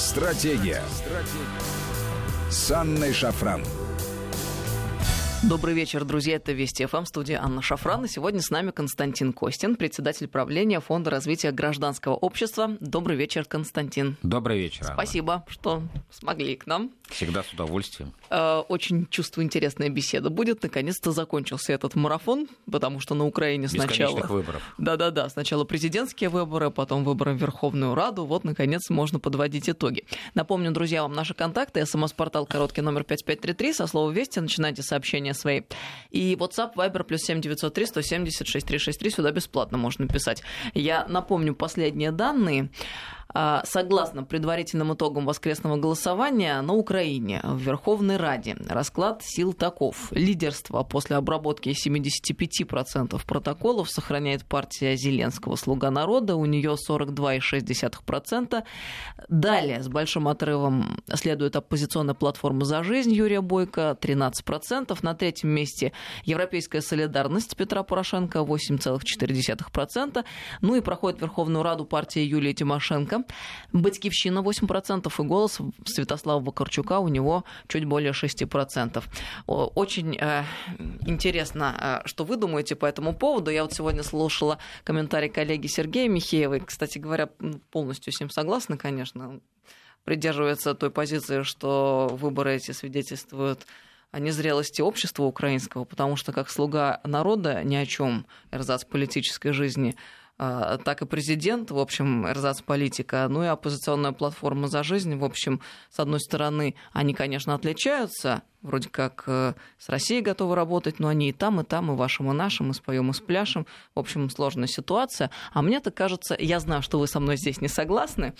Стратегия. С Анной Шафран. Добрый вечер, друзья. Это Вести ФМ, студия Анна Шафран. И сегодня с нами Константин Костин, председатель правления Фонда развития гражданского общества. Добрый вечер, Константин. Добрый вечер, Анна. Спасибо, что смогли к нам. Всегда с удовольствием. Очень чувствую, интересная беседа будет. Наконец-то закончился этот марафон, потому что на Украине сначала... Бесконечных выборов. Да-да-да. Сначала президентские выборы, потом выборы в Верховную Раду. Вот, наконец, можно подводить итоги. Напомню, друзья, вам наши контакты. СМС-портал короткий номер 5533. Со слова «Вести» начинайте сообщения свои. И WhatsApp, Viber, +7 903 170 6363. Сюда бесплатно можно писать. Я напомню последние данные. Согласно предварительным итогам воскресного голосования на Украине в Верховной Раде расклад сил таков. Лидерство после обработки 75% протоколов сохраняет партия Зеленского «Слуга народа». У нее 42,6%. Далее с большим отрывом следует оппозиционная платформа «За жизнь» Юрия Бойко 13%. На третьем месте Европейская солидарность Петра Порошенко 8,4%. Ну и проходит Верховную Раду партия Юлии Тимошенко. Батькивщина 8% и голос Святослава Вакарчука у него чуть более 6%. Очень интересно, что вы думаете по этому поводу. Я вот сегодня слушала комментарий коллеги Сергея Михеевой. Кстати говоря, полностью с ним согласна, конечно. Придерживается той позиции, что выборы эти свидетельствуют о незрелости общества украинского, потому что как слуга народа ни о чем, эрзац политической жизни, так и президент, в общем, эрзац политика, ну и оппозиционная платформа «За жизнь», в общем, с одной стороны, они, конечно, отличаются, вроде как с Россией готовы работать, но они и там, и вашим, и нашим, и споем, и спляшем. В общем, сложная ситуация. А мне так кажется, я знаю, что вы со мной здесь не согласны,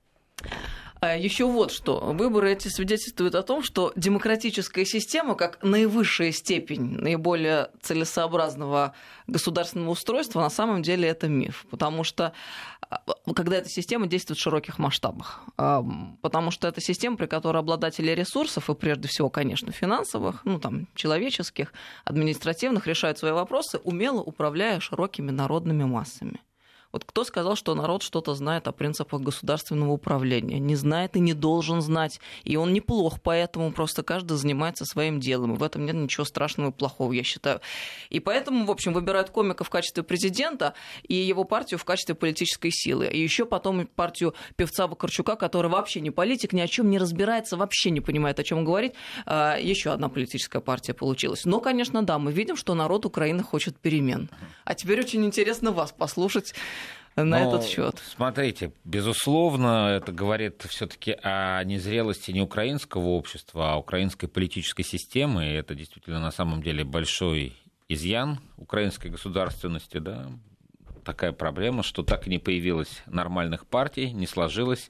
еще вот что. Выборы эти свидетельствуют о том, что демократическая система, как наивысшая степень наиболее целесообразного государственного устройства, на самом деле это миф. Потому что когда эта система действует в широких масштабах. Потому что это система, при которой обладатели ресурсов, и прежде всего, конечно, финансовых, человеческих, административных, решают свои вопросы, умело управляя широкими народными массами. Вот кто сказал, что народ что-то знает о принципах государственного управления? Не знает и не должен знать. И он неплох, поэтому просто каждый занимается своим делом. И в этом нет ничего страшного и плохого, я считаю. И поэтому, в общем, выбирают комика в качестве президента и его партию в качестве политической силы. И еще потом партию певца Вакарчука, который вообще не политик, ни о чем не разбирается, вообще не понимает, о чем говорить. Еще одна политическая партия получилась. Но, конечно, да, мы видим, что народ Украины хочет перемен. А теперь очень интересно вас послушать на этот счет. Смотрите, безусловно, это говорит все-таки о незрелости не украинского общества, а украинской политической системы. И это действительно на самом деле большой изъян украинской государственности, да? Такая проблема, что так и не появилось нормальных партий, не сложилось.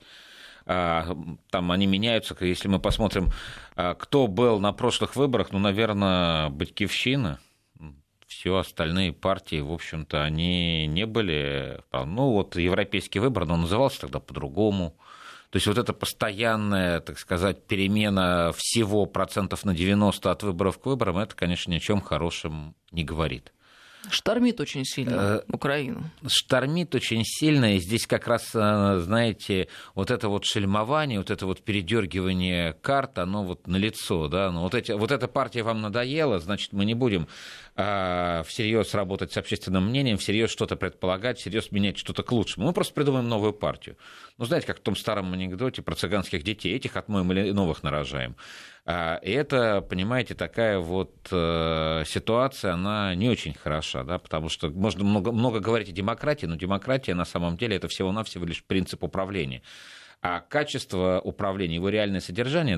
Там они меняются. Если мы посмотрим, кто был на прошлых выборах, наверное, Батькивщина. Все остальные партии, в общем-то, они не были... европейский выбор, но он назывался тогда по-другому. То есть вот эта постоянная, так сказать, перемена всего процентов на 90 от выборов к выборам, это, конечно, ни о чем хорошем не говорит. Штормит очень сильно Украину. Штормит очень сильно, и здесь как раз, знаете, вот это вот шельмование, вот это вот передергивание карт, оно вот налицо, да, вот эта партия вам надоела, значит, мы не будем всерьез работать с общественным мнением, всерьез что-то предполагать, всерьез менять что-то к лучшему. Мы просто придумаем новую партию. Знаете, как в том старом анекдоте про цыганских детей, этих отмоем или новых нарожаем. И это, понимаете, такая вот ситуация, она не очень хороша, да, потому что можно много говорить о демократии, но демократия на самом деле это всего-навсего лишь принцип управления. А качество управления, его реальное содержание,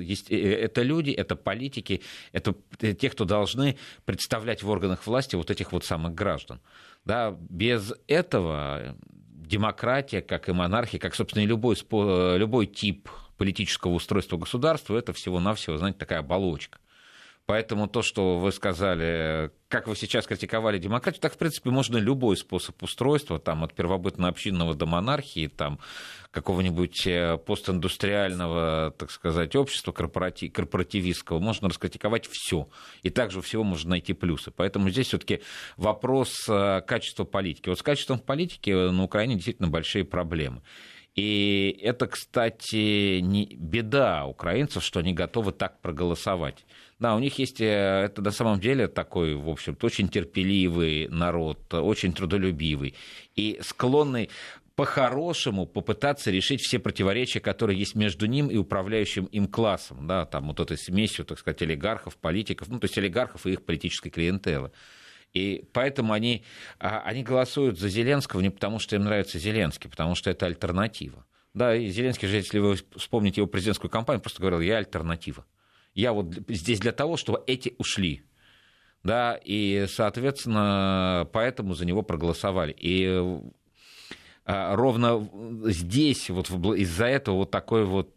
это люди, это политики, это те, кто должны представлять в органах власти вот этих вот самых граждан. Да, без этого демократия, как и монархия, как, собственно, и любой тип политического устройства государства, это всего-навсего, знаете, такая оболочка. Поэтому то, что вы сказали, как вы сейчас критиковали демократию, так, в принципе, можно любой способ устройства, там, от первобытно-общинного до монархии, там, какого-нибудь постиндустриального, так сказать, общества корпоративистского, можно раскритиковать все. И также у всего можно найти плюсы. Поэтому здесь все-таки вопрос качества политики. Вот с качеством политики на Украине действительно большие проблемы. И это, кстати, не беда украинцев, что они готовы так проголосовать. Да, у них есть, это на самом деле такой, в общем-то, очень терпеливый народ, очень трудолюбивый и склонный по-хорошему попытаться решить все противоречия, которые есть между ним и управляющим им классом, да, там вот этой смесью, так сказать, олигархов, политиков, ну, то есть олигархов и их политической клиентелы. И поэтому они голосуют за Зеленского не потому, что им нравится Зеленский, потому что это альтернатива. Да, и Зеленский же, если вы вспомните его президентскую кампанию, просто говорил: я альтернатива. Я вот здесь для того, чтобы эти ушли. Да, и, соответственно, поэтому за него проголосовали. И ровно здесь вот из-за этого вот такой вот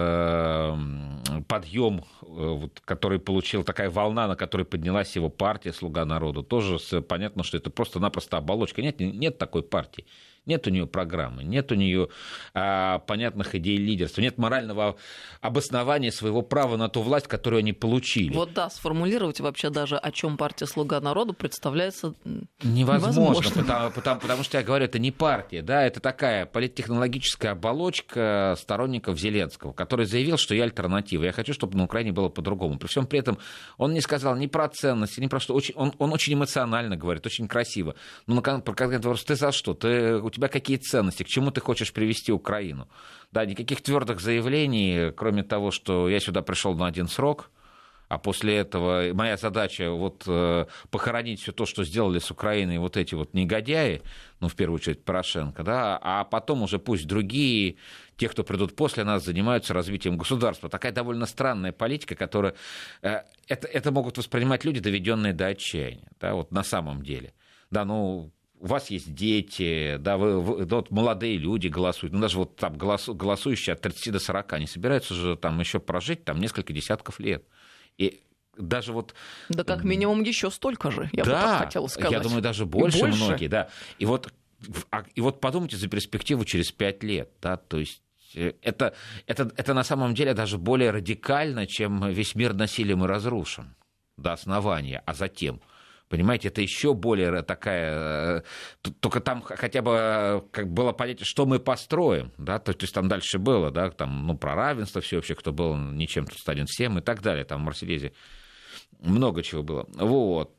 подъем, вот, который получил, такая волна, на которой поднялась его партия «Слуга народа», тоже понятно, что это просто-напросто оболочка. Нет такой партии. Нет у нее программы, нет у нее понятных идей лидерства, нет морального обоснования своего права на ту власть, которую они получили. Вот да, сформулировать вообще даже, о чем партия «Слуга народу» представляется невозможно. Потому что я говорю, это не партия, да, это такая политтехнологическая оболочка сторонников Зеленского, который заявил, что я альтернатива. Я хочу, чтобы на Украине было по-другому. При всем при этом он не сказал ни про ценности, ни про что. Он очень эмоционально говорит, очень красиво. Но когда вопрос: ты за что? У тебя какие ценности? К чему ты хочешь привести Украину? Да, никаких твердых заявлений, кроме того, что я сюда пришел на один срок, а после этого моя задача вот похоронить все то, что сделали с Украиной вот эти вот негодяи, ну, в первую очередь Порошенко, да, а потом уже пусть другие, те, кто придут после нас, занимаются развитием государства. Такая довольно странная политика, которая... Это могут воспринимать люди, доведенные до отчаяния, да, вот на самом деле. Да, ну... У вас есть дети, да, вот молодые люди голосуют, ну, даже вот там голосующие от 30 до 40, они собираются же там еще прожить там несколько десятков лет. И даже вот... Да как минимум еще столько же, я бы так хотела сказать. Я думаю, даже больше многие, да. И вот подумайте за перспективу через 5 лет, да, то есть это на самом деле даже более радикально, чем весь мир насилием и разрушен до основания, а затем... Понимаете, это еще более такая... Только там хотя бы как было понятие, что мы построим. Да? То есть там дальше было, да, там, ну, про равенство всеобщее, кто был ничем, тут станет всем и так далее. Там в Марсельезе много чего было. Вот.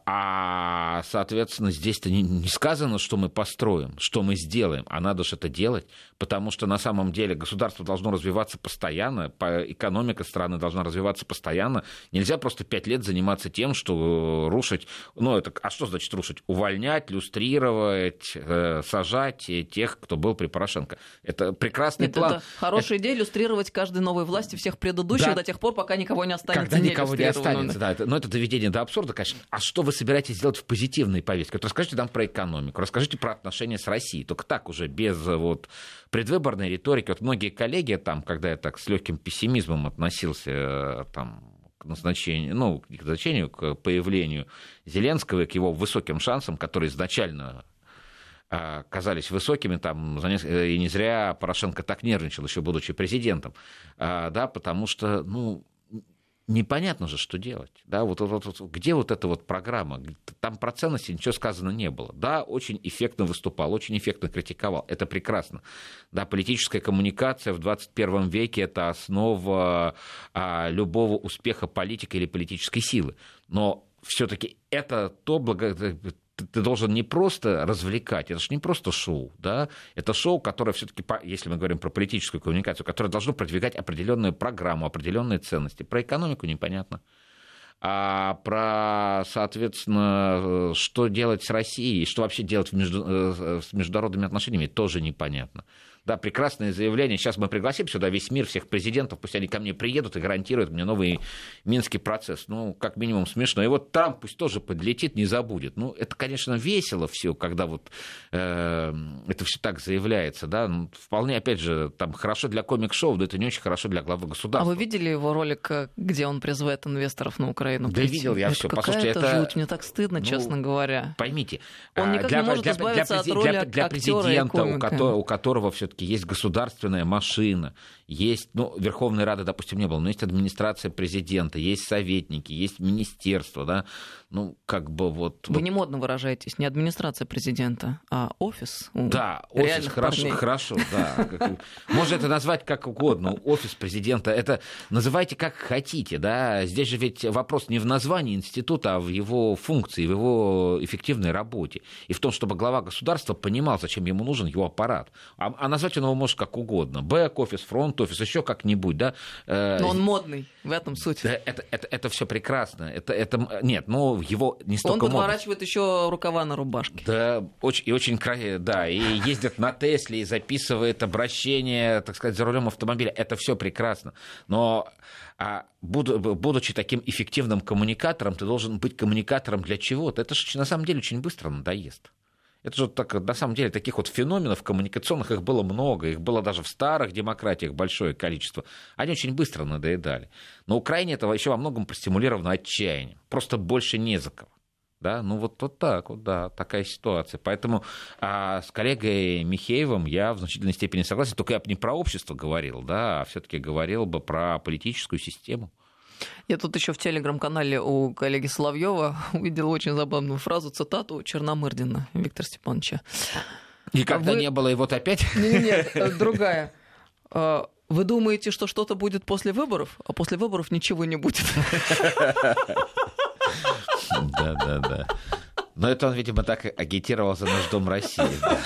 А, соответственно, здесь-то не сказано, что мы построим, что мы сделаем, а надо же это делать, потому что на самом деле государство должно развиваться постоянно, экономика страны должна развиваться постоянно. Нельзя просто 5 лет заниматься тем, что рушить... Ну, это, а что значит рушить? Увольнять, люстрировать, сажать тех, кто был при Порошенко. Это прекрасный план. Это хорошая идея, люстрировать каждой новой власти всех предыдущих, да, до тех пор, пока никого не останется. Когда никого не останется, да. Но это доведение до абсурда, конечно. А что вы собираетесь делать в позитивной повестке? Вот расскажите нам про экономику, расскажите про отношения с Россией. Только так уже, без вот предвыборной риторики. Вот многие коллеги там, когда я так с легким пессимизмом относился там, к назначению, ну, к назначению, к появлению Зеленского и к его высоким шансам, которые изначально казались высокими, там, и не зря Порошенко так нервничал, еще будучи президентом, да, потому что, ну, непонятно же, что делать. Да? Вот, где вот эта вот программа? Там про ценности ничего сказано не было. Да, очень эффектно выступал, очень эффектно критиковал. Это прекрасно. Да, политическая коммуникация в 21 веке – это основа любого успеха политика или политической силы. Но все-таки это то, ты должен не просто развлекать, это же не просто шоу, да, это шоу, которое все-таки, если мы говорим про политическую коммуникацию, которое должно продвигать определенную программу, определенные ценности. Про экономику непонятно. А про, соответственно, что делать с Россией, что вообще делать с международными отношениями, тоже непонятно. Да, прекрасное заявление. Сейчас мы пригласим сюда весь мир, всех президентов, пусть они ко мне приедут и гарантируют мне новый Минский процесс. Ну, как минимум смешно. И вот Трамп пусть тоже подлетит, не забудет. Ну, это, конечно, весело все, когда вот это все так заявляется. Да? Ну, вполне, опять же, там хорошо для комик-шоу, но это не очень хорошо для главы государства. А вы видели его ролик, где он призывает инвесторов на Украину? Украину Да прийти. видел я все. Послушайте, это жуть, мне так стыдно, честно говоря. Поймите, он никак не может избавиться от роли актера и комика. У которого все-таки есть государственная машина, есть, Верховной Рады, допустим, не было, но есть администрация президента, есть советники, есть министерство, да, Вы не модно выражаетесь, не администрация президента, а офис. Да, офис, хорошо, да. Можно это назвать как угодно, офис президента, это называйте как хотите, да, здесь же ведь вопрос не в названии института, а в его функции, в его эффективной работе, и в том, чтобы глава государства понимал, зачем ему нужен его аппарат, а назвать он его может как угодно, бэк-офис, фронт-офис, еще как-нибудь, да. Но он модный, в этом суть. Да, это все прекрасно, нет, его не столько он подворачивает еще рукава на рубашке. Да, очень, да, и ездит на Тесле, и записывает обращение, так сказать, за рулем автомобиля, это все прекрасно, но будучи таким эффективным коммуникатором, ты должен быть коммуникатором для чего-то, это же на самом деле очень быстро надоест. Это же на самом деле таких вот феноменов коммуникационных их было много, их было даже в старых демократиях большое количество. Они очень быстро надоедали. На Украине это еще во многом простимулировано отчаянием. Просто больше не за кого. Да, вот так вот, да, такая ситуация. Поэтому с коллегой Михеевым я в значительной степени согласен. Только я бы не про общество говорил, да, а все-таки говорил бы про политическую систему. Я тут еще в телеграм-канале у коллеги Соловьева увидела очень забавную фразу, цитату Черномырдина Виктора Степановича. И когда не было, и вот опять? Нет, другая. Вы думаете, что что-то будет после выборов, а после выборов ничего не будет? Да. Но это он, видимо, так агитировал за наш Дом России.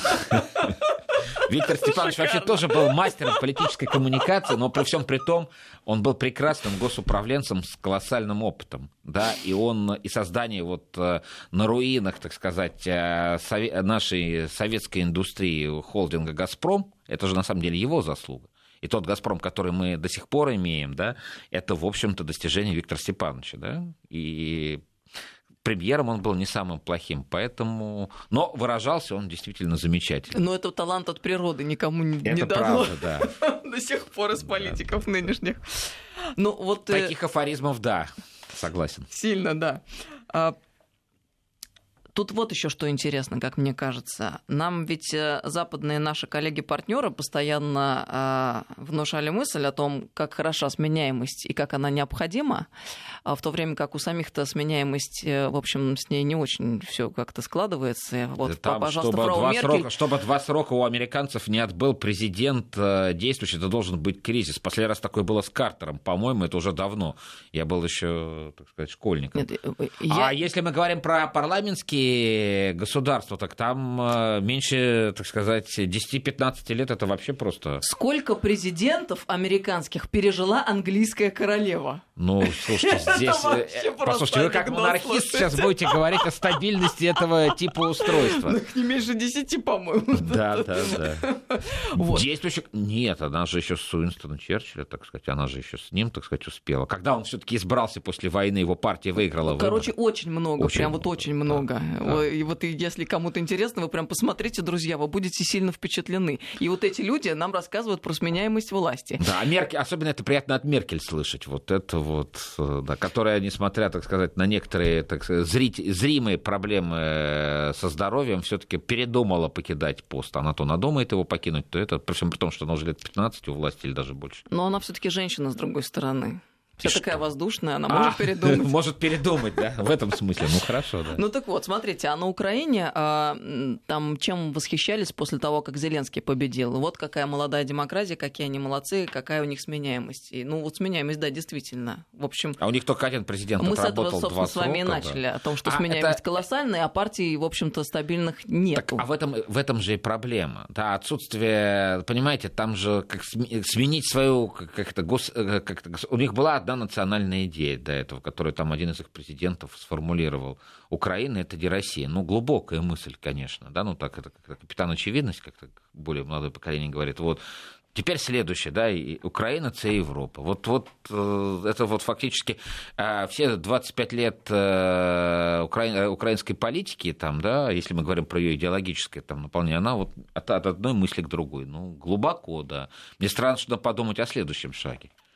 Виктор Степанович вообще тоже был мастером политической коммуникации, но при всем при том он был прекрасным госуправленцем с колоссальным опытом, да, и создание на руинах, так сказать, нашей советской индустрии холдинга «Газпром», это же на самом деле его заслуга. И тот «Газпром», который мы до сих пор имеем, да, это, в общем-то, достижение Виктора Степановича, да, и премьером он был не самым плохим, поэтому... Но выражался он действительно замечательно. Но это талант от природы, никому не дано. Это правда, да. До сих пор из политиков нынешних. Таких афоризмов, да, согласен. Сильно, да. Тут вот еще что интересно, как мне кажется. Нам ведь западные наши коллеги-партнеры постоянно внушали мысль о том, как хороша сменяемость и как она необходима, в то время как у самих-то сменяемость, в общем, с ней не очень все как-то складывается. Пожалуйста, фрау Меркель... Чтобы 2 срока у американцев не отбыл президент действующий, это должен быть кризис. Последний раз такое было с Картером, по-моему, это уже давно. Я был еще, так сказать, школьником. А если мы говорим про парламентские государства, так там меньше, так сказать, 10-15 лет, это вообще просто... Сколько президентов американских пережила английская королева? Слушайте, здесь... Послушайте, вы как монархист сейчас будете говорить о стабильности этого типа устройства. Не меньше 10, по-моему. Да. Действующих... Нет, она же еще с Уинстоном Черчилля, так сказать, она же еще с ним, так сказать, успела. Когда он все-таки избрался после войны, его партия выиграла выборы. Короче, очень много, очень много. Да. И если кому-то интересно, вы прям посмотрите, друзья, вы будете сильно впечатлены. И эти люди нам рассказывают про сменяемость власти. Да, особенно это приятно от Меркель слышать. Да, которая, несмотря, так сказать, на некоторые, так сказать, зримые проблемы со здоровьем, все-таки передумала покидать пост. Она то надумает его покинуть, то это, при всем при том, что она уже лет 15 у власти или даже больше. Но она все-таки женщина, с другой стороны. Вся такая воздушная, она может передумать. Может передумать, да, в этом смысле. Хорошо, да. Так вот, смотрите, а на Украине там чем восхищались после того, как Зеленский победил? Вот какая молодая демократия, какие они молодцы, какая у них сменяемость. И, сменяемость, да, действительно. В общем, а у них только один президент отработал 2 срока. Мы с этого, собственно, с вами и начали. О том, что сменяемость колоссальная, а партий, в общем-то, стабильных нет. А в этом же и проблема. Да, отсутствие, понимаете, там же сменить свою... У них была одна национальная идея до этого, которую там один из их президентов сформулировал. Украина — это не Россия. Глубокая мысль, конечно. Да? Так, это как капитан очевидность, как-то более молодое поколение говорит. Теперь следующее, да, и Украина — це Европа. Это фактически все 25 лет украинской политики, там, да, если мы говорим про ее идеологическое там, наполнение, она от одной мысли к другой. Глубоко, да. Мне страшно подумать о следующем шаге.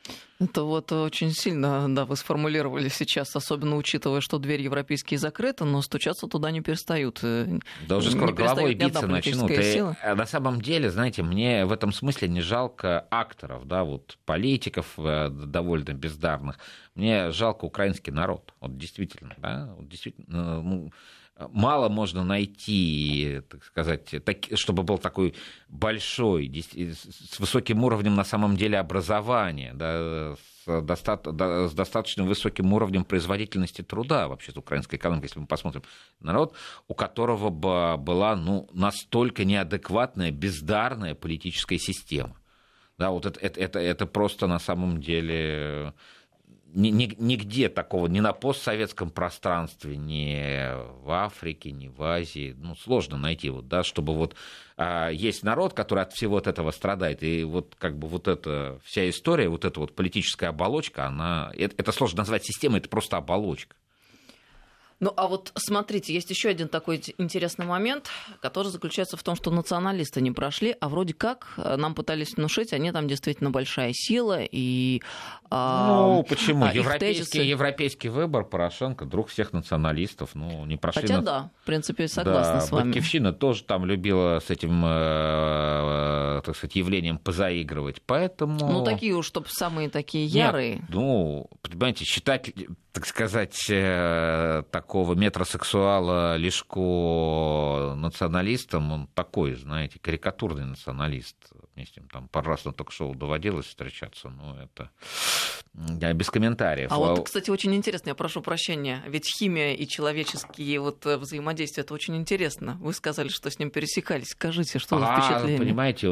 Это вот очень сильно, да, вы сформулировали сейчас, особенно учитывая, что дверь европейские закрыта, но стучаться туда не перестают. Да уже скоро головой биться начнут. И сила. на самом деле, знаете, мне в этом смысле не жалко акторов, да, вот политиков довольно бездарных. Мне жалко украинский народ. Вот действительно, да, вот действительно, ну, мало можно найти, так сказать, чтобы был такой большой, с высоким уровнем на самом деле образования, да, с достаточно высоким уровнем производительности труда вообще с украинской экономикой, если мы посмотрим народ, у которого была настолько неадекватная, бездарная политическая система. Да, вот это просто на самом деле... Нигде такого, ни на постсоветском пространстве, ни в Африке, ни в Азии, сложно найти, вот, да, чтобы вот есть народ, который от всего от этого страдает, и вот как бы вот эта вся история, вот эта вот политическая оболочка, это сложно назвать системой, это просто оболочка. Ну, а вот смотрите, есть еще один такой интересный момент, который заключается в том, что националисты не прошли, а вроде как нам пытались внушить, они там действительно большая сила, и... почему? Европейский выбор, Порошенко, друг всех националистов, не прошли... Хотя да, в принципе, согласна с вами. Батькивщина тоже там любила с этим, так сказать, явлением позаигрывать, поэтому... такие уж, чтобы самые такие ярые. Нет, понимаете, считать, так сказать, такого метросексуала Лешко националистом, он такой, знаете, карикатурный националист. Мне с ним там пару раз на ток-шоу доводилось встречаться, это без комментариев. А вот, кстати, очень интересно, я прошу прощения, ведь химия и человеческие взаимодействия, это очень интересно. Вы сказали, что с ним пересекались. Скажите, что за впечатление? Понимаете,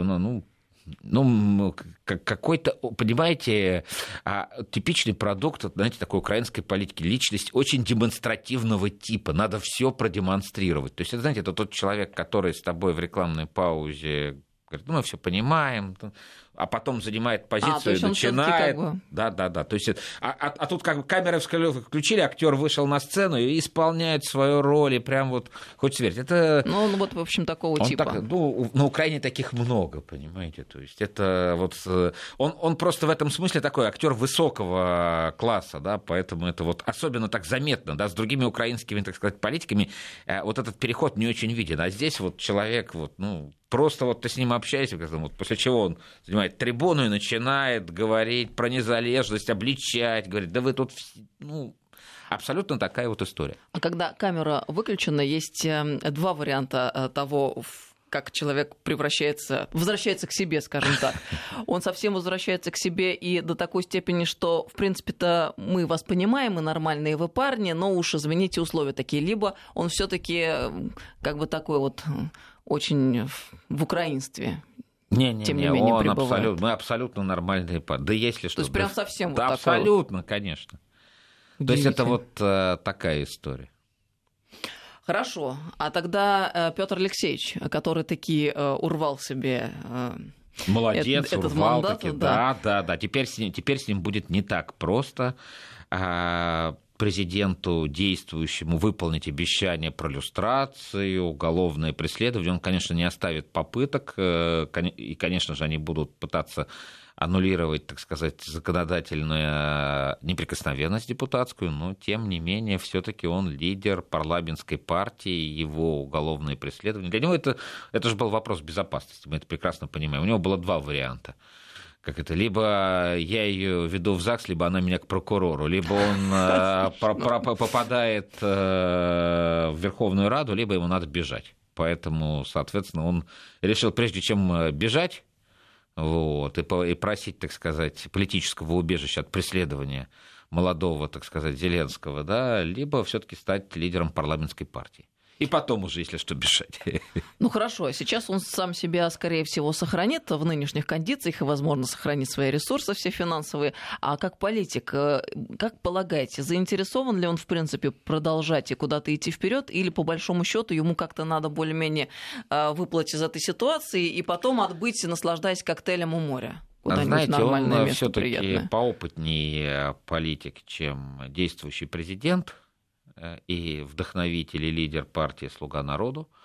какой-то, понимаете, типичный продукт, знаете, такой украинской политики, личность очень демонстративного типа, надо все продемонстрировать. То есть, знаете, это тот человек, который с тобой в рекламной паузе говорит, мы все понимаем, а потом занимает позицию и начинает. Да. То есть, тут как бы камеры включили, актер вышел на сцену и исполняет свою роль, и прям вот хочется верить. Это... в общем, такого типа. На Украине таких много, понимаете. То есть это вот... Он просто в этом смысле такой актер высокого класса, да, поэтому это вот особенно так заметно, да, с другими украинскими, так сказать, политиками вот этот переход не очень виден. А здесь вот человек, просто вот ты с ним общаешься, после чего он занимает трибуну и начинает говорить про незалежность, обличать, говорит, да вы тут... абсолютно такая вот история. А когда камера выключена, есть два варианта того, как человек возвращается к себе, скажем так. Он совсем возвращается к себе и до такой степени, что, в принципе-то, мы вас понимаем, мы нормальные вы парни, но уж, извините, условия такие. Либо он все-таки как бы такой вот очень в украинстве. Тем не менее, мы абсолютно нормальные парни. Да если что. То есть прям совсем да, вот такое. Абсолютно, конечно. То есть это вот такая история. Хорошо. А тогда Петр Алексеевич, который таки урвал себе молодец, этот урвал мандат. Таки, да. Теперь с ним будет не так просто. Президенту действующему выполнить обещание про люстрацию, уголовное преследование. Он, конечно, не оставит попыток, и, конечно же, они будут пытаться аннулировать, так сказать, законодательную неприкосновенность депутатскую, но, тем не менее, все-таки он лидер парламентской партии, его уголовное преследование. Для него это же был вопрос безопасности, мы это прекрасно понимаем. У него было два варианта. Либо я ее веду в ЗАГС, либо она меня к прокурору, либо он попадает в Верховную Раду, либо ему надо бежать. Поэтому, соответственно, он решил, прежде чем бежать и просить, так сказать, политического убежища от преследования молодого, так сказать, Зеленского, да, либо все-таки стать лидером парламентской партии. И потом уже, если что, бежать. Хорошо, сейчас он сам себя, скорее всего, сохранит в нынешних кондициях и, возможно, сохранит свои ресурсы все финансовые. А как политик, как полагаете, заинтересован ли он, в принципе, продолжать и куда-то идти вперед, или, по большому счету, ему как-то надо более-менее выплыть из этой ситуации и потом отбыть, наслаждаясь коктейлем у моря? Знаете, он все-таки поопытнее политик, чем действующий президент и вдохновитель и лидер партии «Слуга народу».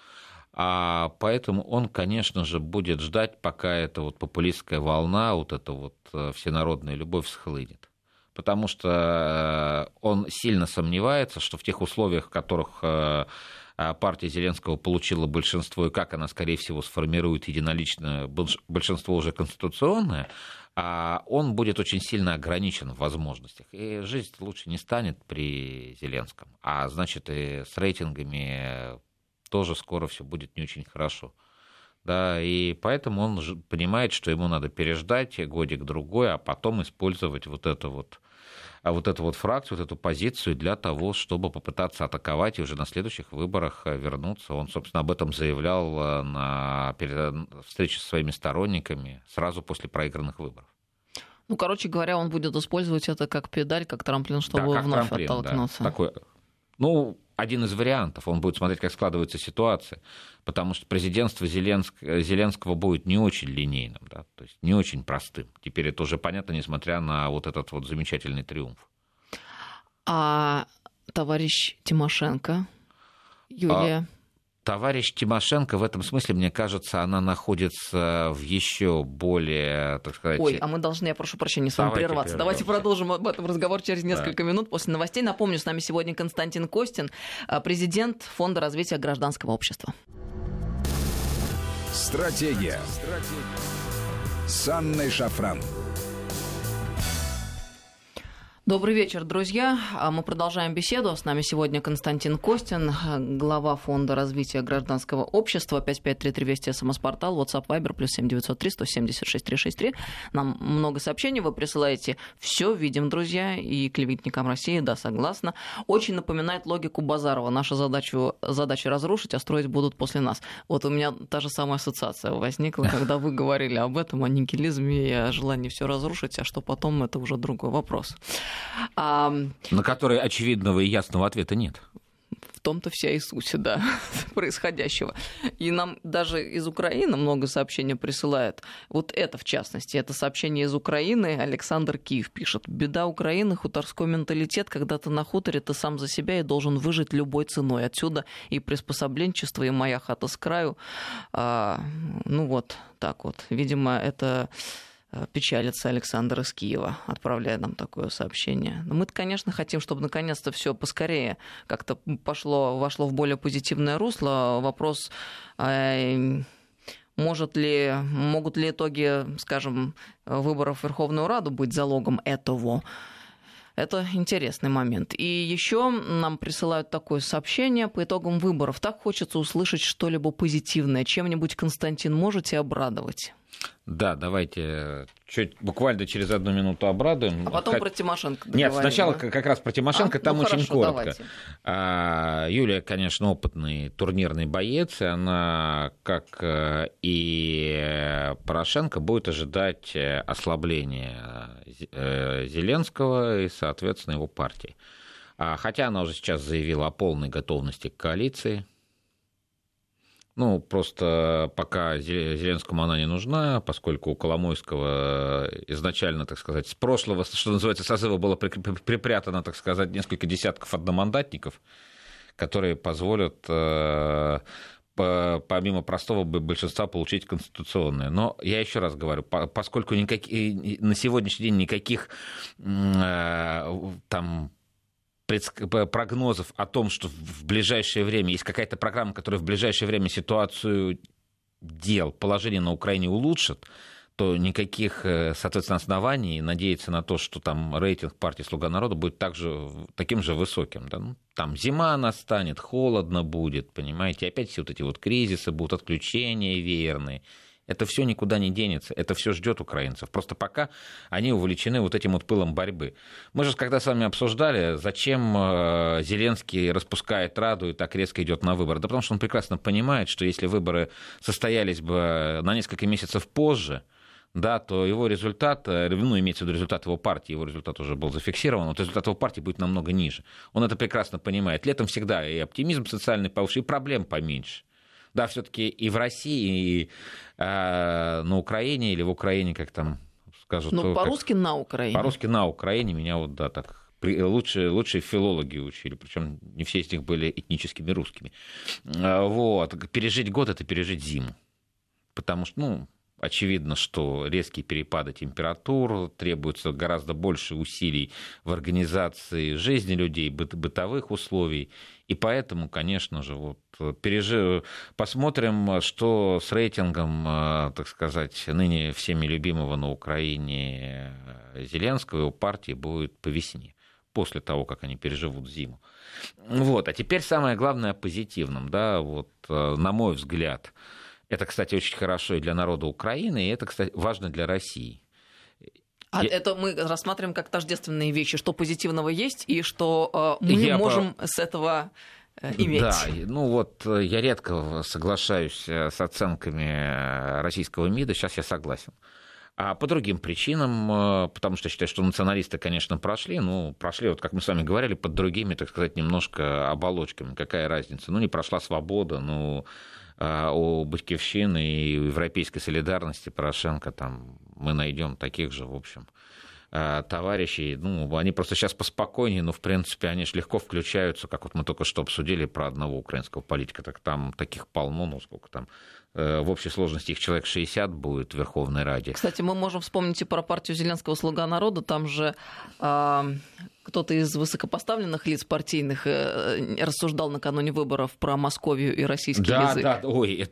Поэтому он, конечно же, будет ждать, пока эта вот популистская волна, вот эта вот всенародная любовь схлынет. Потому что он сильно сомневается, что в тех условиях, в которых партия Зеленского получила большинство, и как она, скорее всего, сформирует единоличное большинство уже конституционное, он будет очень сильно ограничен в возможностях. И жизнь лучше не станет при Зеленском. А значит, и с рейтингами тоже скоро все будет не очень хорошо. Да, и поэтому он понимает, что ему надо переждать годик-другой, а потом использовать вот эту вот фракцию, вот эту позицию для того, чтобы попытаться атаковать и уже на следующих выборах вернуться. Он, собственно, об этом заявлял на встрече со своими сторонниками сразу после проигранных выборов. Ну, короче говоря, он будет использовать это как педаль, как трамплин, чтобы как вновь трамплин, оттолкнуться. Да. Такой, один из вариантов. Он будет смотреть, как складывается ситуация, потому что президентство Зеленского будет не очень линейным, да, то есть не очень простым. Теперь это уже понятно, несмотря на вот этот вот замечательный триумф. А товарищ Тимошенко, Юлия? Товарищ Тимошенко, в этом смысле, мне кажется, она находится в еще более, так сказать... я прошу прощения, с вами прерваться. Давайте продолжим об этом разговор через несколько минут после новостей. Напомню, с нами сегодня Константин Костин, президент Фонда развития гражданского общества. Стратегия. С Анной Шафран. Добрый вечер, друзья. Мы продолжаем беседу. С нами сегодня Константин Костин, глава Фонда развития гражданского общества. 5533 Вести, СМС-портал, WhatsApp, Viber, +7 903 176 363. Нам много сообщений вы присылаете. Все видим, друзья, и клеветникам России, да, согласна. Очень напоминает логику Базарова. Наша задача разрушить, а строить будут после нас. Вот у меня та же самая ассоциация возникла, когда вы говорили об этом, о нигилизме и о желании все разрушить, а что потом, это уже другой вопрос. На который очевидного и ясного ответа нет. В том-то вся и суть, да, происходящего. И нам даже из Украины много сообщений присылают. Вот это, в частности, это сообщение из Украины. Александр Киев пишет. Беда Украины, хуторской менталитет, когда ты на хуторе, ты сам за себя и должен выжить любой ценой. Отсюда и приспособленчество, и моя хата с краю. Вот так вот. Видимо, это... Печалится Александр из Киева, отправляя нам такое сообщение. Но мы-то, конечно, хотим, чтобы наконец-то все поскорее как-то вошло в более позитивное русло. Вопрос, могут ли итоги, скажем, выборов в Верховную Раду быть залогом этого? Это интересный момент. И еще нам присылают такое сообщение по итогам выборов. Так хочется услышать что-либо позитивное. Чем-нибудь, Константин, можете обрадовать? Да, давайте буквально через 1 минуту обрадуем. А потом про Тимошенко договорим. Нет, сначала как раз про Тимошенко, там очень коротко. Давайте. Юлия, конечно, опытный турнирный боец, и она, как и Порошенко, будет ожидать ослабления Зеленского и, соответственно, его партии. Хотя она уже сейчас заявила о полной готовности к коалиции. Просто пока Зеленскому она не нужна, поскольку у Коломойского изначально, так сказать, с прошлого, что называется, созыва было припрятано, так сказать, несколько десятков одномандатников, которые позволят помимо простого большинства получить конституционное. Но я еще раз говорю, поскольку на сегодняшний день никаких прогнозов о том, что в ближайшее время есть какая-то программа, которая в ближайшее время ситуацию дел, положение на Украине улучшит, то никаких, соответственно, оснований надеяться на то, что там рейтинг партии «Слуга народа» будет таким же высоким. Да? Там зима настанет, холодно будет, понимаете, опять все вот эти вот кризисы будут, отключения веерные. Это все никуда не денется, это все ждет украинцев. Просто пока они увлечены вот этим вот пылом борьбы. Мы же когда с вами обсуждали, зачем Зеленский распускает Раду и так резко идет на выборы. Да потому что он прекрасно понимает, что если выборы состоялись бы на несколько месяцев позже, да, то его результат, имеется в виду результат его партии, его результат уже был зафиксирован, вот результат его партии будет намного ниже. Он это прекрасно понимает. Летом всегда и оптимизм социальный повыше, и проблем поменьше. Да, все-таки и в России, и на Украине, или в Украине, как там скажут. По-русски на Украине. По-русски на Украине меня так лучшие филологи учили, причем не все из них были этническими русскими. Вот. Пережить год — это пережить зиму. Потому что, очевидно, что резкие перепады температур, требуется гораздо больше усилий в организации жизни людей, бытовых условий. И поэтому, конечно же, посмотрим, что с рейтингом, так сказать, ныне всеми любимого на Украине Зеленского и его партии будет по весне, после того, как они переживут зиму. Вот. А теперь самое главное о позитивном. Да, на мой взгляд, это, кстати, очень хорошо и для народа Украины, и это, кстати, важно для России. Это мы рассматриваем как тождественные вещи, что позитивного есть и что мы можем с этого иметь. Да, я редко соглашаюсь с оценками российского МИДа, сейчас я согласен. А по другим причинам, потому что считаю, что националисты, конечно, прошли, как мы с вами говорили, под другими, так сказать, немножко оболочками. Какая разница? Не прошла свобода, у Батькивщины и европейской солидарности Порошенко мы найдем таких же, в общем, товарищей. Они просто сейчас поспокойнее, но, в принципе, они же легко включаются, как мы только что обсудили про одного украинского политика, так там таких полно, сколько там, в общей сложности их человек 60 будет в Верховной Раде. Кстати, мы можем вспомнить и про партию Зеленского «Слуга народа», там же кто-то из высокопоставленных лиц партийных рассуждал накануне выборов про Московию и российский язык. Да,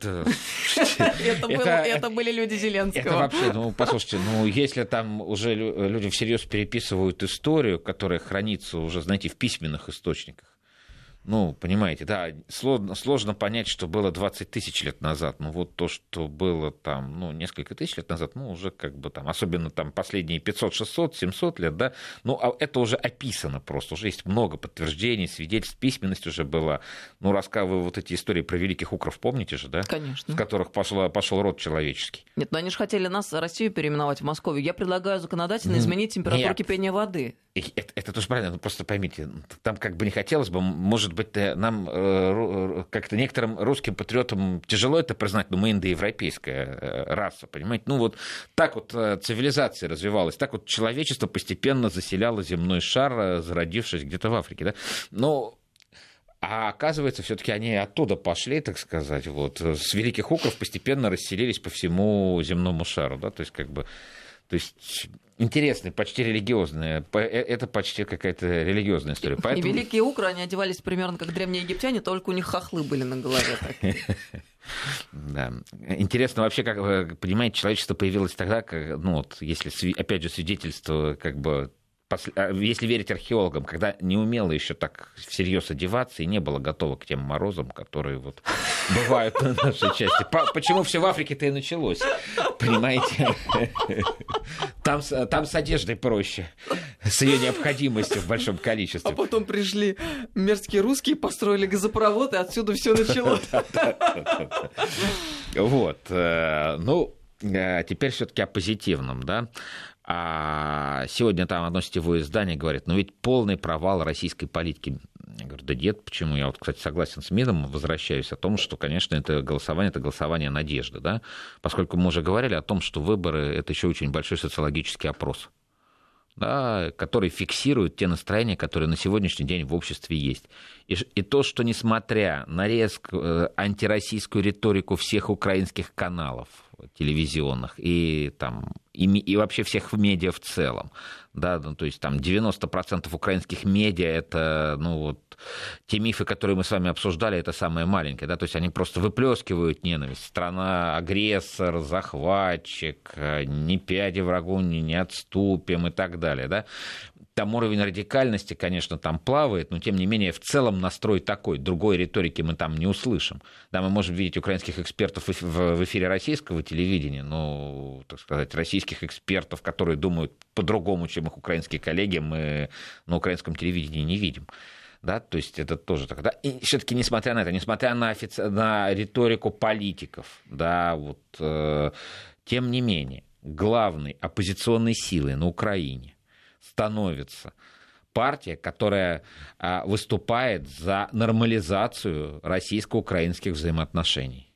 это были люди Зеленского. Это вообще, послушайте, если там уже люди всерьез переписывают историю, которая хранится уже, знаете, в письменных источниках, понимаете, да, сложно понять, что было 20 тысяч лет назад. То, что было там, несколько тысяч лет назад, уже особенно там последние 500, 600, 700 лет, да, это уже описано просто, уже есть много подтверждений, свидетельств, письменность уже была. Рассказываю эти истории про великих укров, помните же, да? Конечно. В которых пошел род человеческий. Нет, они же хотели Россию переименовать в Москву. Я предлагаю законодательно изменить температуру кипения воды. Это тоже правильно, просто поймите, там не хотелось бы, может быть, нам, как-то некоторым русским патриотам тяжело это признать, но мы индоевропейская раса, понимаете? Так цивилизация развивалась, так человечество постепенно заселяло земной шар, зародившись где-то в Африке, да? А оказывается, все-таки они оттуда пошли, так сказать, с великих укров постепенно расселились по всему земному шару, да, то есть интересная, почти религиозная, это почти какая-то религиозная история. И великие укры, они одевались примерно как древние египтяне, только у них хохлы были на голове. Да. Интересно вообще, как, понимаете, человечество появилось тогда, если, опять же, свидетельство, если верить археологам, когда не умело еще так всерьез одеваться и не было готово к тем морозам, которые бывают на нашей части. Почему все в Африке-то и началось? Понимаете? Там с одеждой проще, с ее необходимостью в большом количестве. А потом пришли мерзкие русские, построили газопровод, и отсюда все началось. Теперь все-таки о позитивном, да. А сегодня там одно сетевое издание говорит, ведь полный провал российской политики. Я говорю, да нет, почему? Я кстати, согласен с МИДом, возвращаюсь о том, что, конечно, это голосование надежды, да, поскольку мы уже говорили о том, что выборы — это еще очень большой социологический опрос, да, который фиксирует те настроения, которые на сегодняшний день в обществе есть. И то, что несмотря на резкую антироссийскую риторику всех украинских каналов телевизионных и вообще всех медиа в целом, да, то есть там 90% украинских медиа — это, те мифы, которые мы с вами обсуждали, это самое маленькое, да, то есть они просто выплескивают ненависть. Страна агрессор, захватчик, ни пяди врагу не отступим и так далее, да. Там уровень радикальности, конечно, там плавает, но, тем не менее, в целом настрой такой. Другой риторики мы там не услышим. Да, мы можем видеть украинских экспертов в эфире российского телевидения, но, так сказать, российских экспертов, которые думают по-другому, чем их украинские коллеги, мы на украинском телевидении не видим. Да, то есть это тоже так. Да? И все-таки, несмотря на это, несмотря на риторику политиков, да, тем не менее, главной оппозиционной силой на Украине становится партия, которая выступает за нормализацию российско-украинских взаимоотношений.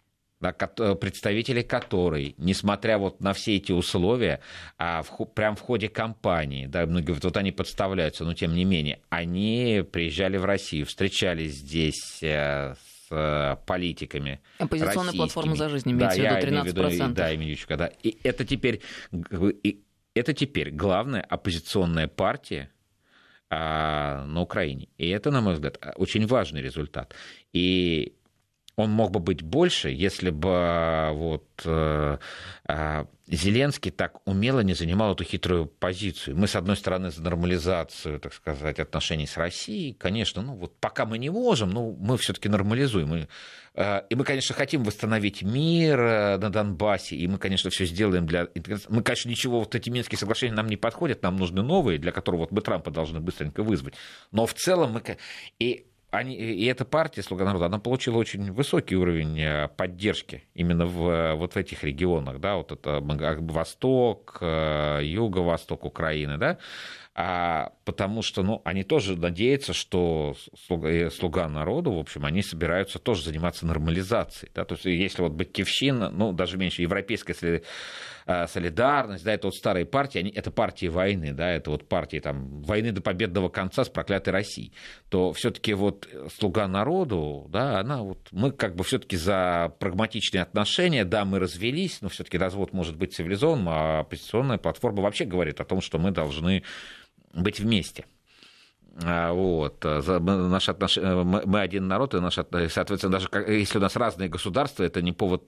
да, представители которой, несмотря вот на все эти условия, прямо в ходе кампании, да, многие говорят, вот они подставляются, но тем не менее, они приезжали в Россию, встречались здесь с политиками Оппозиционная платформа «За жизнь» имеется в виду 13%. Да, Емельянчука, да. И это теперь главная оппозиционная партия на Украине. И это, на мой взгляд, очень важный результат. И он мог бы быть больше, если бы вот Зеленский так умело не занимал эту хитрую позицию. Мы, с одной стороны, за нормализацию, так сказать, отношений с Россией. Конечно, ну вот пока мы не можем, но мы все-таки нормализуем. И мы, конечно, хотим восстановить мир на Донбассе, и мы, конечно, все сделаем для интеграции. Мы, конечно, ничего, вот эти Минские соглашения нам не подходят, нам нужны новые, для которых вот мы Трампа должны быстренько вызвать. Но в целом мы... И эта партия «Слуга народа», она получила очень высокий уровень поддержки именно вот в этих регионах, да, вот это Восток, Юго-Восток Украины, да, потому что, ну, они тоже надеются, что «Слуга народу», в общем, они собираются тоже заниматься нормализацией, да, то есть если вот Батькивщина, ну, даже меньше европейская солидарность, да, это вот старые партии, это партии войны, да, это вот партии там войны до победного конца с проклятой Россией, то все-таки вот «Слуга народу», да, она вот, мы как бы все-таки за прагматичные отношения, да, мы развелись, но все-таки развод может быть цивилизованным, а оппозиционная платформа вообще говорит о том, что мы должны быть вместе. Вот. Наши отношения, мы один народ, и соответственно, даже если у нас разные государства, это не повод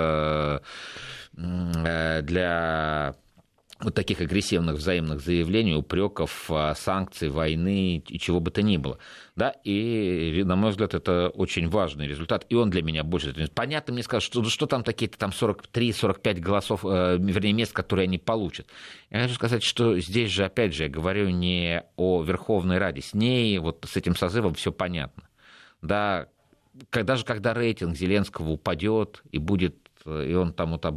для вот таких агрессивных взаимных заявлений, упреков, санкций, войны и чего бы то ни было. Да? И, на мой взгляд, это очень важный результат, и он для меня больше. Понятно, мне скажут, что там такие-то там 43-45 голосов, вернее, мест, которые они получат. Я хочу сказать, что здесь же, опять же, я говорю не о Верховной Раде. С ней, вот с этим созывом все понятно. Да? Даже когда рейтинг Зеленского упадет и он там вот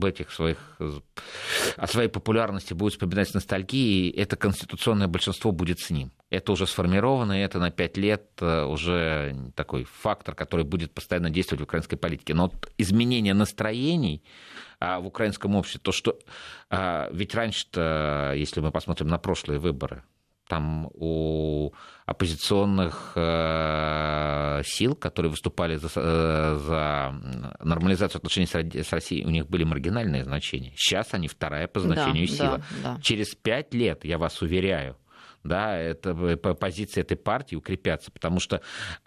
о своей популярности будет вспоминать с ностальгией, это конституционное большинство будет с ним. Это уже сформировано, и это на 5 лет уже такой фактор, который будет постоянно действовать в украинской политике. Но вот изменение настроений в украинском обществе, то, что ведь раньше-то, если мы посмотрим на прошлые выборы, там у оппозиционных сил, которые выступали за нормализацию отношений с Россией, у них были маргинальные значения. Сейчас они вторая по значению сила. Да. Через 5 лет, я вас уверяю, да, позиции этой партии укрепятся, потому что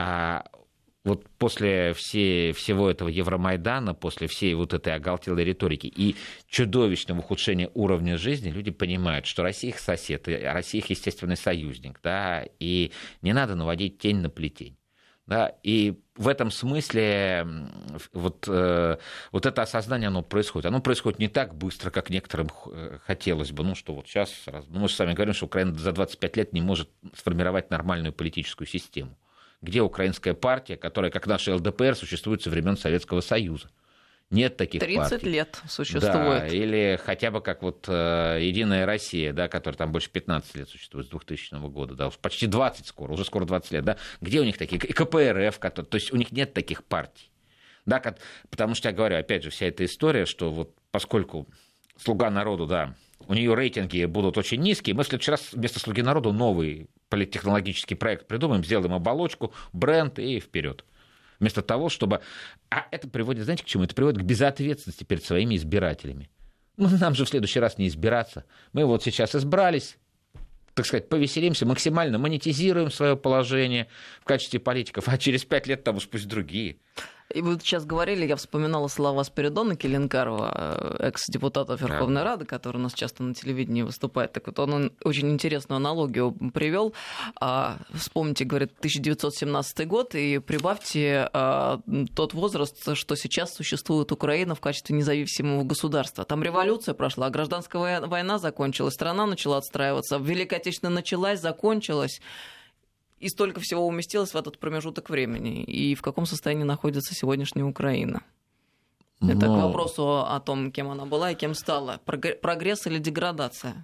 вот после всего этого Евромайдана, после всей вот этой оголтелой риторики и чудовищного ухудшения уровня жизни, люди понимают, что Россия их сосед, Россия их естественный союзник, да, и не надо наводить тень на плетень. Да, и в этом смысле вот это осознание, оно происходит. Оно происходит не так быстро, как некоторым хотелось бы. Ну, что вот сейчас, мы же с вами говорим, что Украина за 25 лет не может сформировать нормальную политическую систему. Где украинская партия, которая, как наша ЛДПР, существует со времен Советского Союза? Нет таких 30 партий. 30 лет существует. Да, или хотя бы как вот «Единая Россия», да, которая там больше 15 лет существует, с 2000 года, да, уж почти 20 уже скоро 20 лет, да. Где у них такие? И КПРФ, то есть у них нет таких партий. Да, потому что я говорю, опять же, вся эта история, что вот поскольку «Слуга народу», да, у нее рейтинги будут очень низкие, мы в следующий раз вместо «Слуги народу» новый политтехнологический проект придумаем, сделаем оболочку, бренд и вперед. Вместо того, чтобы... А это приводит, знаете, к чему? Это приводит к безответственности перед своими избирателями. Ну, нам же в следующий раз не избираться. Мы вот сейчас избрались, так сказать, повеселимся, максимально монетизируем свое положение в качестве политиков, а через 5 лет там уж пусть другие. И вы сейчас говорили, я вспоминала слова Спиридона Келенкарова, экс-депутата Верховной Рады, который у нас часто на телевидении выступает. Так вот, он очень интересную аналогию привел. Вспомните, говорит, 1917 год, и прибавьте тот возраст, что сейчас существует Украина в качестве независимого государства. Там революция прошла, гражданская война закончилась, страна начала отстраиваться, Великая Отечественная началась, закончилась. И столько всего уместилось в этот промежуток времени. И в каком состоянии находится сегодняшняя Украина? Это к вопросу о том, кем она была и кем стала. Прогресс или деградация?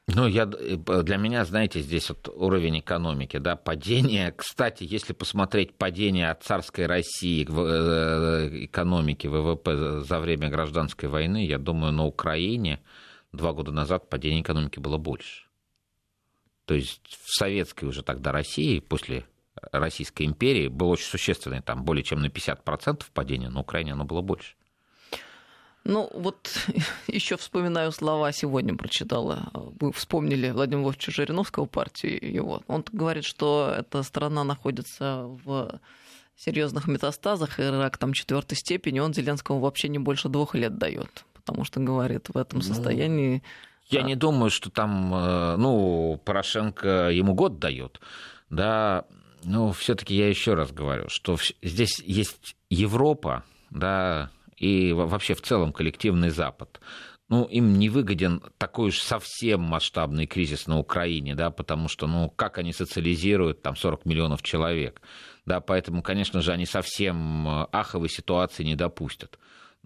Ну, для меня, знаете, здесь вот уровень экономики, да, падение. Кстати, если посмотреть падение от царской России в экономике ВВП за время гражданской войны, я думаю, на Украине 2 года назад падение экономики было больше. То есть в советской уже тогда России, после Российской империи, было очень существенное, там более чем на 50% падение, на Украине оно было больше. Ну, вот еще вспоминаю слова, сегодня прочитала. Вы вспомнили Владимира Владимировича Жириновского, партию его. Он говорит, что эта страна находится в серьезных метастазах, и рак там 4-й степени, он Зеленскому вообще не больше 2 лет дает, потому что, говорит, в этом состоянии... Я не думаю, что там, Порошенко ему год дает, да, но все-таки я еще раз говорю, что здесь есть Европа, да, и вообще в целом коллективный Запад. Им не выгоден такой уж совсем масштабный кризис на Украине, да, потому что, как они социализируют там 40 миллионов человек, да, поэтому, конечно же, они совсем аховой ситуации не допустят.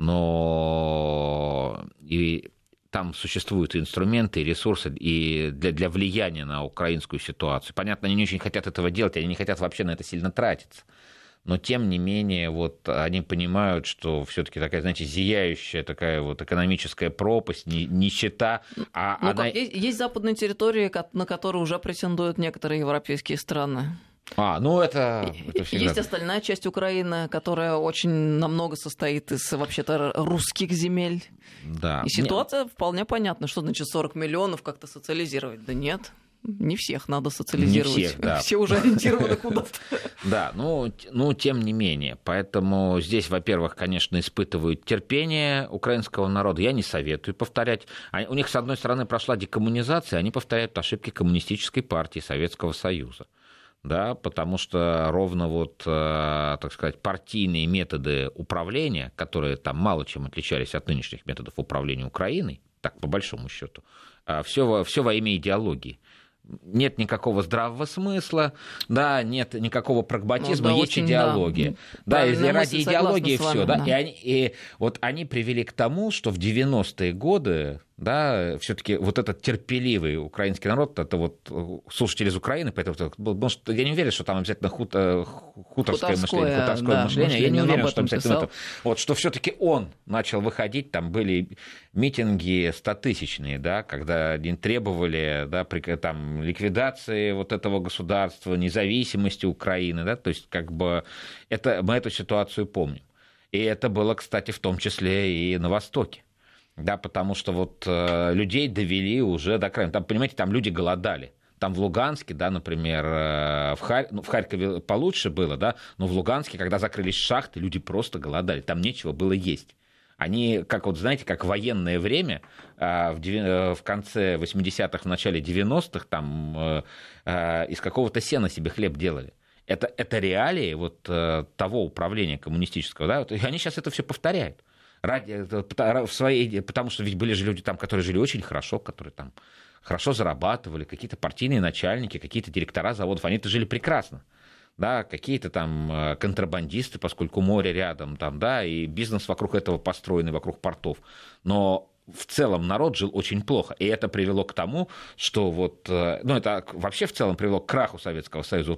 Но и там существуют инструменты и ресурсы и для влияния на украинскую ситуацию. Понятно, они не очень хотят этого делать, они не хотят вообще на это сильно тратиться. Но, тем не менее, они понимают, что все-таки такая, знаете, зияющая такая экономическая пропасть, нищета. Есть западные территории, на которые уже претендуют некоторые европейские страны. Это всегда... Есть остальная часть Украины, которая очень намного состоит из вообще-то русских земель. Да. И ситуация вполне понятна. Что значит 40 миллионов как-то социализировать? Да нет. Не всех надо социализировать. Не всех, да. Все уже ориентированы куда-то. Да, тем не менее. Поэтому здесь, во-первых, конечно, испытывают терпение украинского народа. Я не советую повторять. У них, с одной стороны, прошла декоммунизация, они повторяют ошибки коммунистической партии Советского Союза. Да, потому что ровно так сказать, партийные методы управления, которые там мало чем отличались от нынешних методов управления Украиной, так по большому счету, все во имя идеологии. Нет никакого здравого смысла, да, нет никакого прагматизма, есть идеология. Да, и ради идеологии все. Да. И они привели к тому, что в 90-е годы, да, все-таки этот терпеливый украинский народ, это слушатели из Украины, поэтому, может, я не уверен, что там обязательно хуторское мышление, я не уверен, что обязательно это. Что все-таки он начал выходить, там были митинги 100-тысячные, да, когда они требовали, да, там, ликвидации этого государства, независимости Украины, да, то есть мы эту ситуацию помним. И это было, кстати, в том числе и на Востоке. Да, потому что людей довели уже до края. Там, понимаете, там люди голодали. Там в Луганске, да, например, в Харькове получше было, да, но в Луганске, когда закрылись шахты, люди просто голодали. Там нечего было есть. Они, знаете, как в военное время, в конце 80-х, в начале 90-х, там из какого-то сена себе хлеб делали. Это реалии того управления коммунистического, да, и они сейчас это все повторяют. Потому что ведь были же люди там, которые жили очень хорошо, которые там хорошо зарабатывали, какие-то партийные начальники, какие-то директора заводов, они-то жили прекрасно. Да, какие-то там контрабандисты, поскольку море рядом, там, да, и бизнес вокруг этого построенный, вокруг портов. Но в целом народ жил очень плохо, и это привело к тому, что это вообще в целом привело к краху Советского Союза,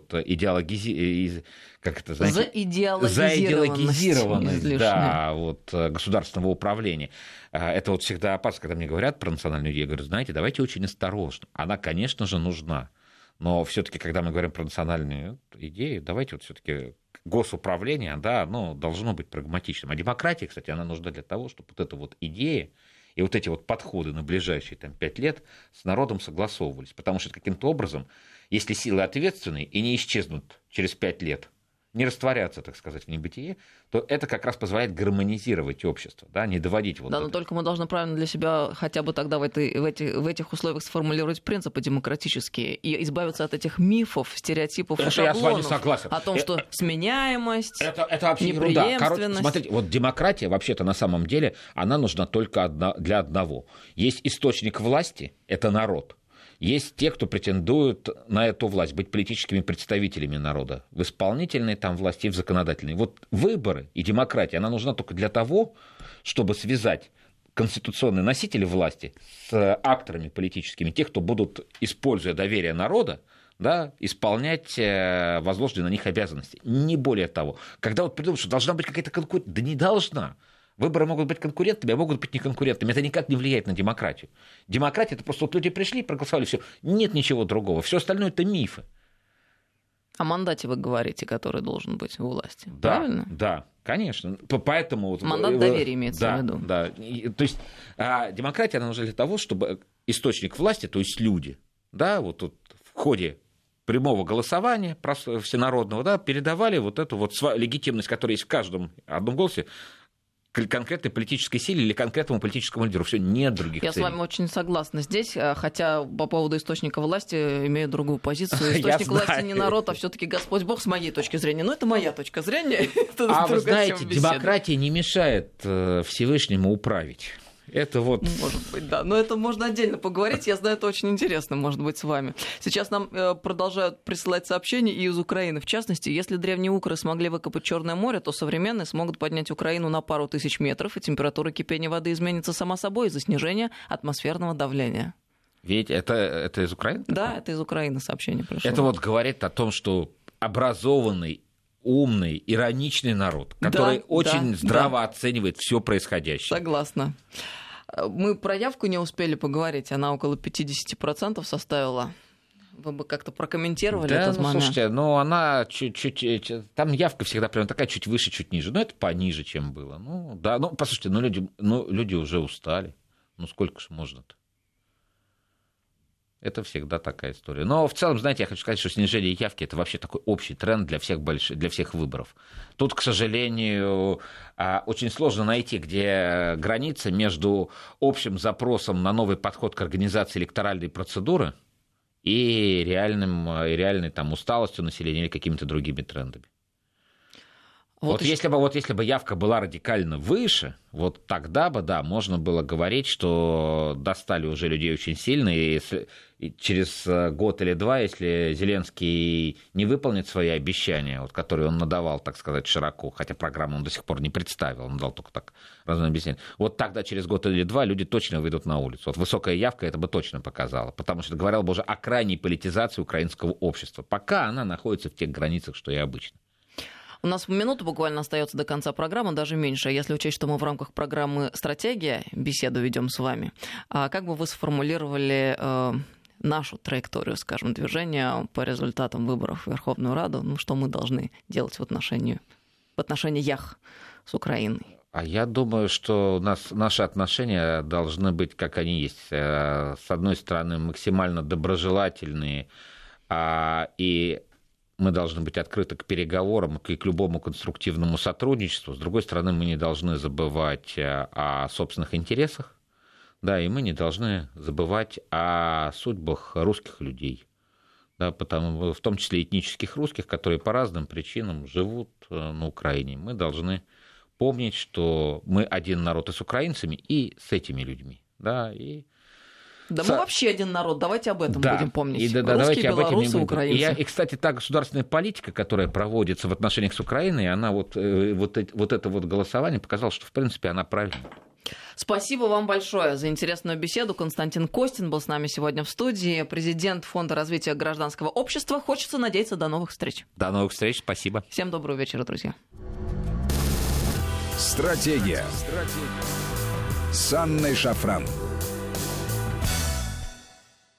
заидеологизированность, да, государственного управления. Это всегда опасно, когда мне говорят про национальную идею, я говорю, знаете, давайте очень осторожно. Она, конечно же, нужна. Но все-таки, когда мы говорим про национальную идею, давайте все-таки госуправление, да, оно должно быть прагматичным. А демократия, кстати, она нужна для того, чтобы эта идея и эти подходы на ближайшие 5 лет с народом согласовывались. Потому что каким-то образом, если силы ответственные и не исчезнут через 5 лет, не растворяться, так сказать, в небытие, то это как раз позволяет гармонизировать общество, да, не доводить Да, но только мы должны правильно для себя хотя бы тогда в этих условиях сформулировать принципы демократические и избавиться от этих мифов, стереотипов и шаблонов. Я с вами согласен. О том, что сменяемость, это вообще неприемственность. Смотрите, демократия вообще-то на самом деле, она нужна только для одного. Есть источник власти, это народ. Есть те, кто претендуют на эту власть, быть политическими представителями народа, в исполнительной власти и в законодательной. Выборы и демократия, она нужна только для того, чтобы связать конституционные носители власти с акторами политическими, тех, кто будут, используя доверие народа, да, исполнять возложенные на них обязанности. Не более того. Когда вот придумают, что должна быть какая-то конкуренция, да не должна. Выборы могут быть конкурентными, а могут быть неконкурентными. Это никак не влияет на демократию. Демократия — это просто вот люди пришли, проголосовали, все. Нет ничего другого. Все остальное — это мифы. О мандате вы говорите, который должен быть у власти. Да, правильно? Да, конечно. Поэтому... Мандат доверия имеется да, в виду. Да. То есть демократия, она нужна для того, чтобы источник власти, то есть люди, да, вот тут в ходе прямого голосования всенародного, да, передавали вот эту вот легитимность, которая есть в каждом одном голосе, конкретной политической силе или конкретному политическому лидеру. Все, нет других Я целей. с вами очень согласна здесь, хотя по поводу источника власти имею другую позицию. Источник власти не народ, а все-таки Господь Бог, с моей точки зрения. Но это моя точка зрения. А вы знаете, демократия не мешает Всевышнему управить. Это вот... Может быть, да. Но это можно отдельно поговорить. Я знаю, это очень интересно, может быть, с вами. Сейчас нам продолжают присылать сообщения и из Украины. В частности, если древние укры смогли выкопать Черное море, то современные смогут поднять Украину на пару тысяч метров, и температура кипения воды изменится сама собой из-за снижения атмосферного давления. Ведь это из Украины? Да, это из Украины сообщение пришло. Это вот говорит о том, что образованный, умный, ироничный народ, который очень здраво оценивает все происходящее. Согласна. Мы про явку не успели поговорить, она около 50% составила. Вы бы как-то прокомментировали этот момент? Слушайте, она чуть-чуть... Там явка всегда прям такая чуть выше, чуть ниже. Но это пониже, чем было. Послушайте, люди уже устали. Сколько ж можно-то? Это всегда такая история. Но в целом, знаете, я хочу сказать, что снижение явки — это вообще такой общий тренд для всех выборов. Тут, к сожалению, очень сложно найти, где граница между общим запросом на новый подход к организации электоральной процедуры и реальной там усталостью населения или какими-то другими трендами. Если бы явка была радикально выше, вот тогда бы, да, можно было говорить, что достали уже людей очень сильно, и через год или два, если Зеленский не выполнит свои обещания, которые он надавал, так сказать, широко, хотя программу он до сих пор не представил, он дал только так разные объяснения, вот тогда через год или два люди точно выйдут на улицу. Высокая явка это бы точно показала, потому что это говорило бы уже о крайней политизации украинского общества. Пока она находится в тех границах, что и обычно. У нас минута буквально остается до конца программы, даже меньше. Если учесть, что мы в рамках программы «Стратегия» беседу ведем с вами, как бы вы сформулировали нашу траекторию, скажем, движения по результатам выборов в Верховную Раду? Что мы должны делать в отношении ях с Украиной? А я думаю, что наши отношения должны быть, как они есть. С одной стороны, максимально доброжелательные, и мы должны быть открыты к переговорам, к любому конструктивному сотрудничеству. С другой стороны, мы не должны забывать о собственных интересах, да, и мы не должны забывать о судьбах русских людей, да, в том числе этнических русских, которые по разным причинам живут на Украине. Мы должны помнить, что мы один народ и с украинцами, и с этими людьми, да, и... Да мы вообще один народ, давайте об этом будем помнить. Русские, белорусы, украинцы. И, кстати, та государственная политика, которая проводится в отношениях с Украиной, она вот это голосование показало, что, в принципе, она правильная. Спасибо вам большое за интересную беседу. Константин Костин был с нами сегодня в студии, президент Фонда развития гражданского общества. Хочется надеяться, до новых встреч. До новых встреч, спасибо. Всем доброго вечера, друзья. Стратегия. С Анной Шафран.